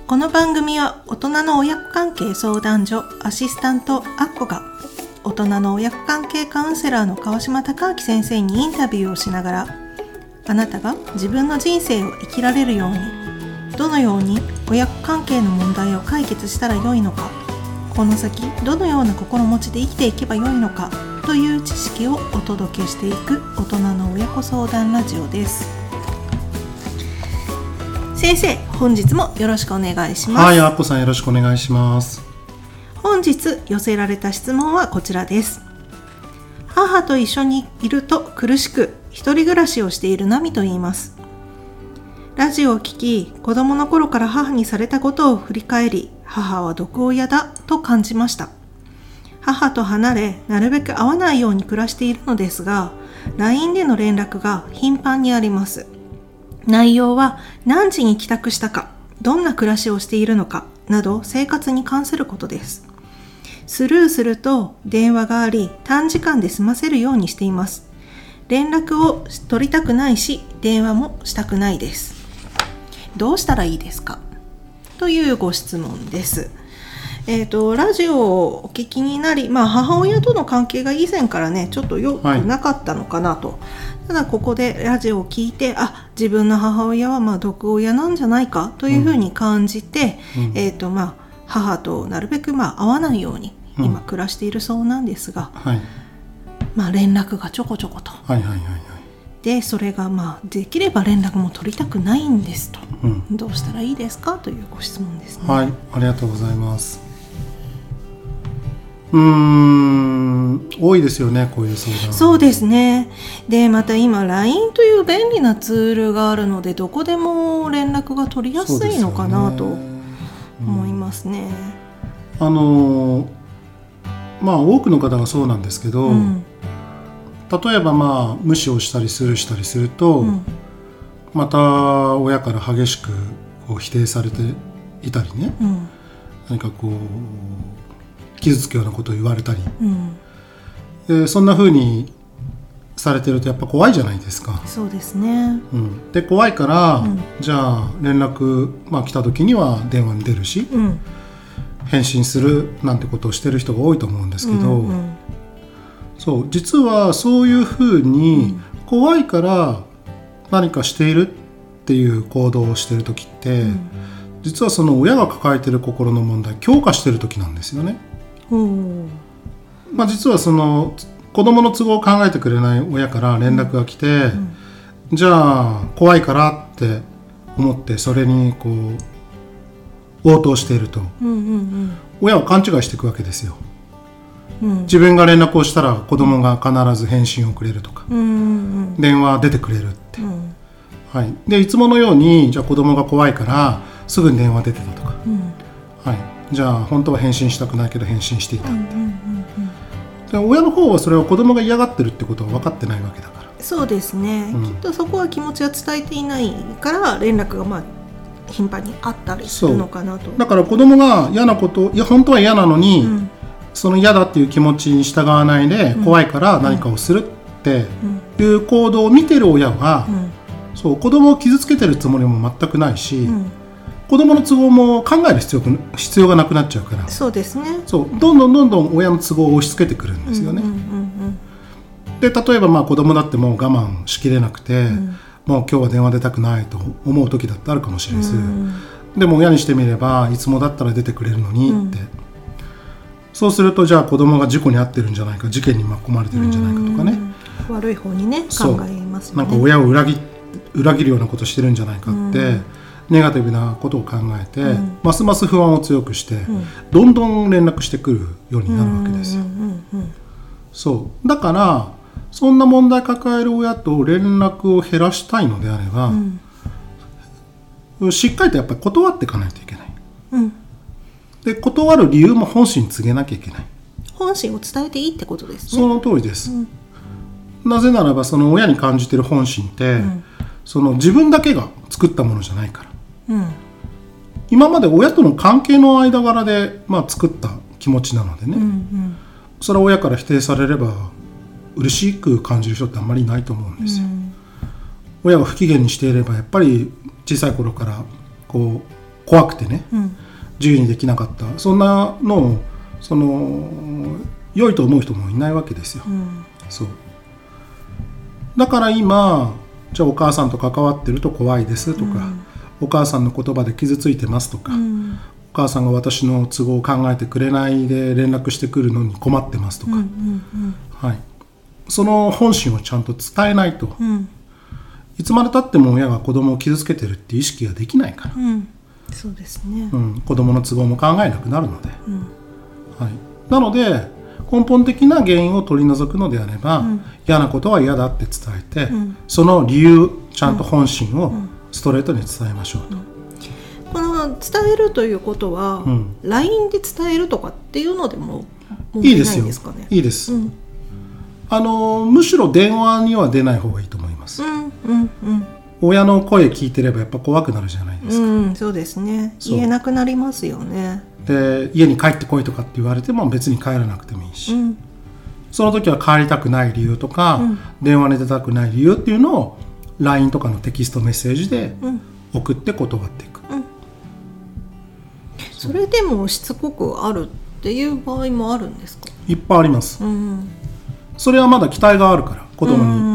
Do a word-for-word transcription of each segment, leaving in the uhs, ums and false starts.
この番組は大人の親子関係相談所アシスタントアッコが大人の親子関係カウンセラーの川島隆明先生にインタビューをしながら、あなたが自分の人生を生きられるように、どのように親子関係の問題を解決したらよいのか、この先どのような心持ちで生きていけばよいのかという知識をお届けしていく大人の親子相談ラジオです。先生、本日もよろしくお願いします。 はい、あっこさんよろしくお願いします。 本日寄せられた質問はこちらです。母と一緒にいると苦しく一人暮らしをしているナミと言います。ラジオを聞き、子供の頃から母にされたことを振り返り、母は毒親だと感じました。母と離れ、なるべく会わないように暮らしているのですが、 ライン での連絡が頻繁にあります。内容は何時に帰宅したか、どんな暮らしをしているのかなど生活に関することです。スルーすると電話があり、短時間で済ませるようにしています。連絡を取りたくないし、電話もしたくないです。どうしたらいいですか？というご質問です。えーと、ラジオをお聞きになり、まあ、母親との関係が以前からねちょっと良くなかったのかなと、はい、ただここでラジオを聞いて、あ、自分の母親はまあ毒親なんじゃないかというふうに感じて、うんえーとまあ、母となるべくまあ会わないように今暮らしているそうなんですが、うんはいまあ、連絡がちょこちょこと、はいはいはいはい、でそれがまあできれば連絡も取りたくないんですと、うん、どうしたらいいですかというご質問ですね。 はい、ありがとうございます。うーん多いですよね、こういう相談。 そうですね。でまた今 ライン という便利なツールがあるので、どこでも連絡が取りやすいのかなと思いますね。 うん、あのまあ多くの方がそうなんですけど、うん、例えばまあ無視をしたりスルーしたりすると、うん、また親から激しくこう否定されていたりね、うん、何かこう傷つくようなことを言われたり、うんでそんな風にされてるとやっぱ怖いじゃないですか。 そうですね、 うん、で怖いから、うん、じゃあ連絡、まあ、来た時には電話に出るし、うん、返信するなんてことをしてる人が多いと思うんですけど、うんうん、そう実はそういう風に怖いから何かしているっていう行動をしている時って、うん、実はその親が抱えている心の問題強化している時なんですよね。うんまあ、実はその子供の都合を考えてくれない親から連絡が来て、うんうん、じゃあ怖いからって思ってそれにこう応答していると、うんうんうん、親は勘違いしていくわけですよ、うん、自分が連絡をしたら子供が必ず返信をくれるとか、うんうんうん、電話出てくれるって、うんはい、でいつものようにじゃあ子供が怖いからすぐに電話出てたとか、うんはい、じゃあ本当は返信したくないけど返信していたって、うんうんうんうん、親の方はそれを子供が嫌がってるってことは分かってないわけだから。 そうですね、うん、きっとそこは気持ちは伝えていないから連絡がまあ頻繁にあったりするのかなと。 だから子供が嫌なこといや本当は嫌なのに、うん、その嫌だっていう気持ちに従わないで、うん、怖いから何かをするっていう行動を見てる親は、うん、そう子供を傷つけてるつもりも全くないし、うん子供の都合も考える必要、必要がなくなっちゃうから。そうですね。そうどんどんどんどん親の都合を押し付けてくるんですよね、うんうんうんうん、で例えばまあ子供だってもう我慢しきれなくて、うん、もう今日は電話出たくないと思う時だってあるかもしれず、うん、でも親にしてみればいつもだったら出てくれるのにって、うん、そうするとじゃあ子供が事故に遭ってるんじゃないか、事件に巻き込まれてるんじゃないかとかね、 うん、悪い方にね考えますよね。 なんか親を裏切、裏切るようなことしてるんじゃないかって、うんネガティブなことを考えて、うん、ますます不安を強くして、うん、どんどん連絡してくるようになるわけですよ、うんうんうんうん、そうだからそんな問題抱える親と連絡を減らしたいのであれば、うん、しっかりとやっぱり断っていかないといけない、うん、で断る理由も本心に告げなきゃいけない。 本心を伝えていいってことですね。 その通りです、うん、なぜならばその親に感じている本心って、うん、その自分だけが作ったものじゃないからうん、今まで親との関係の間柄で、まあ、作った気持ちなのでね、うんうん、それは親から否定されれば嬉しく感じる人ってあんまりいないと思うんですよ、うん、親が不機嫌にしていればやっぱり小さい頃からこう怖くてね、 うん、 自由にできなかった、そんなのをその良いと思う人もいないわけですよ、うん、そうだから今じゃあお母さんと関わってると怖いですとか、うん、お母さんの言葉で傷ついてますとか、うん、お母さんが私の都合を考えてくれないで連絡してくるのに困ってますとか、うんうんうん、はい、その本心をちゃんと伝えないと、うん、いつまでたっても親が子供を傷つけてるって意識ができないから、うん、 そうですね、 うん、子供の都合も考えなくなるので、うん、はい、なので根本的な原因を取り除くのであれば、うん、嫌なことは嫌だって伝えて、うん、その理由ちゃんと本心をストレートに伝えましょうと、うんうん、この伝えるということは、うん、ライン で伝えるとかっていうのでも問題ないんですかね。 いいですよ、いいです、うん、あのむしろ電話には出ない方がいいと思います、うんうんうん、親の声聞いてればやっぱ怖くなるじゃないですか、うん、 そうですね、言えなくなりますよね。 で家に帰ってこいとかって言われても別に帰らなくてもいいし、うん、その時は帰りたくない理由とか、うん、電話に出たくない理由っていうのを ライン とかのテキストメッセージで送って断っていく、うん、 それでもしつこくあるっていう場合もあるんですか？ いっぱいあります、うん、それはまだ期待があるから子供に、うん、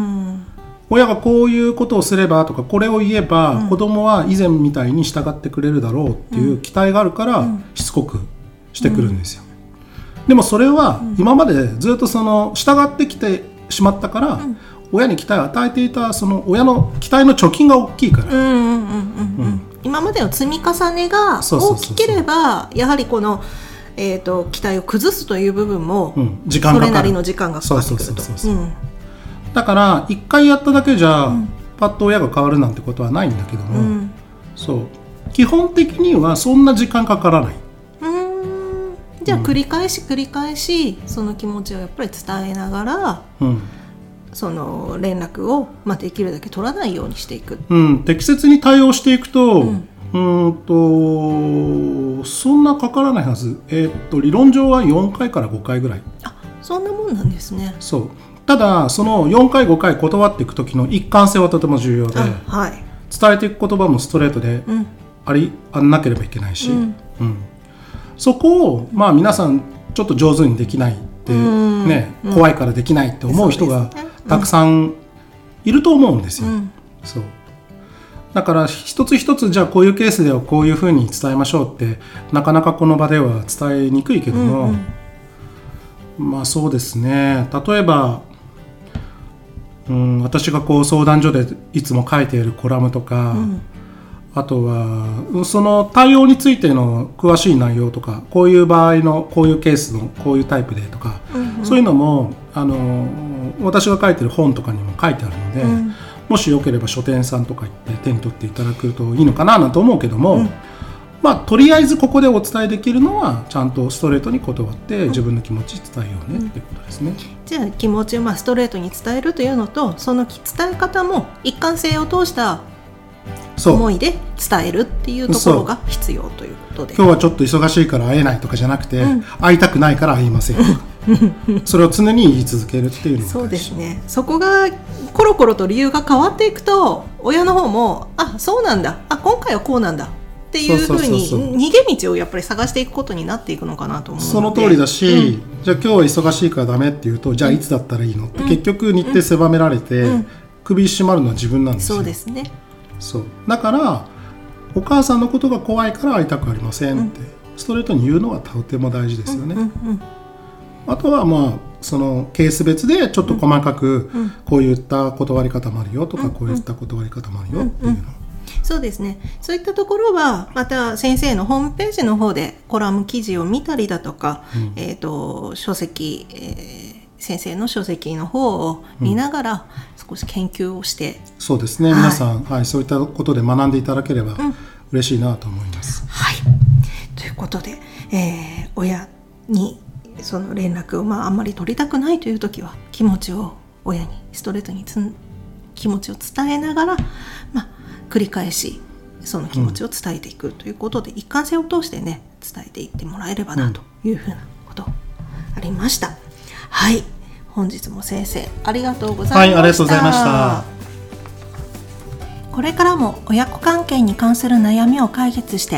親がこういうことをすればとかこれを言えば、うん、子供は以前みたいに従ってくれるだろうっていう期待があるから、うん、しつこくしてくるんですよ、うん、でもそれは今までずっとその従ってきてしまったから、うん、親に期待を与えていたその親の期待の貯金が大きいから、 今までの積み重ねが大きければやはりこのえー、と期待を崩すという部分も、うん、時間かかる、それなりの時間がかかってくると。 だから一回やっただけじゃ、うん、パッと親が変わるなんてことはないんだけども、うん、そう基本的にはそんな時間かからない。 うーん、じゃあ繰り返し繰り返しその気持ちをやっぱり伝えながら、うん、その連絡を、まあ、できるだけ取らないようにしていく、 うん、適切に対応していくと、うんうんとそんなかからないはず、えー、っと理論上はよんかいからごかいぐらい。 あ、そんなもんなんですね。 そう、ただそのよんかいごかい断っていく時の一貫性はとても重要で、はい、伝えていく言葉もストレートであり、うん、あんなければいけないし、うんうん、そこを、まあ、皆さんちょっと上手にできないって、うんね、怖いからできないって思う人がたくさんいると思うんですよ、うん、そうだから一つ一つじゃあこういうケースではこういうふうに伝えましょうってなかなかこの場では伝えにくいけども、うんうん、まあそうですね、例えば、うん、私がこう相談所でいつも書いているコラムとか、うん、あとはその対応についての詳しい内容とかこういう場合のこういうケースのこういうタイプでとか、うんうん、そういうのもあの私が書いてる本とかにも書いてあるので、うん、もしよければ書店さんとか行って手に取っていただくといいのかなと思うけども、うん、まあとりあえずここでお伝えできるのはちゃんとストレートに断って自分の気持ち伝えようね、うん、っていうことですね。 じゃあ気持ちをまあストレートに伝えるというのとその伝え方も一貫性を通した思いで伝えるっていうところが必要ということで、 今日はちょっと忙しいから会えないとかじゃなくて、うん、会いたくないから会いませんとかそれを常に言い続けるっていうのがそうですね。そこがコロコロと理由が変わっていくと親の方もあそうなんだ、あ今回はこうなんだっていうふうに逃げ道をやっぱり探していくことになっていくのかなと思うので、 その通りだし、うん、じゃあ今日は忙しいからダメっていうとじゃあいつだったらいいのって、うん、結局日程狭められて、うん、首締まるのは自分なんですよ。 そうですね。 そうだからお母さんのことが怖いから会いたくありませんって、うん、ストレートに言うのはとても大事ですよね、うんうんうん、あとはまあそのケース別でちょっと細かくこういった断り方もあるよとか、うん、こういった断り方もあるよっていうの、うんうん、 そうですね。そういったところはまた先生のホームページの方でコラム記事を見たりだとか、うん、えーと、書籍、えー、先生の書籍の方を見ながら少し研究をして、 うん、そうですね、はい、皆さん、はい、そういったことで学んでいただければ嬉しいなと思います、 うん、はい。ということで、えー、親にその連絡を、まあ、あんまり取りたくないという時は気持ちを親にストレートにつん気持ちを伝えながら、まあ、繰り返しその気持ちを伝えていくということで、うん、一貫性を通してね伝えていってもらえればなというふうなことありました、うん、はい。本日も先生ありがとうございました。はい、 ありがとうございました。 これからも親子関係に関する悩みを解決して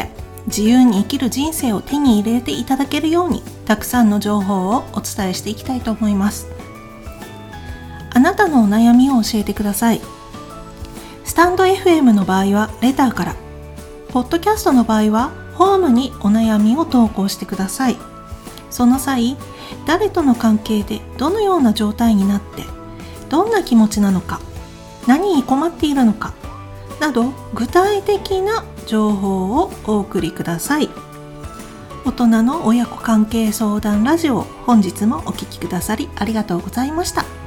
自由に生きる人生を手に入れていただけるように、たくさんの情報をお伝えしていきたいと思います。あなたのお悩みを教えてください。スタンド エフエム の場合はレターから、ポッドキャストの場合はフォームにお悩みを投稿してください。その際、誰との関係でどのような状態になって、どんな気持ちなのか、何に困っているのかなど、具体的な情報をお送りください。大人の親子関係相談ラジオ、本日もお聞きくださりありがとうございました。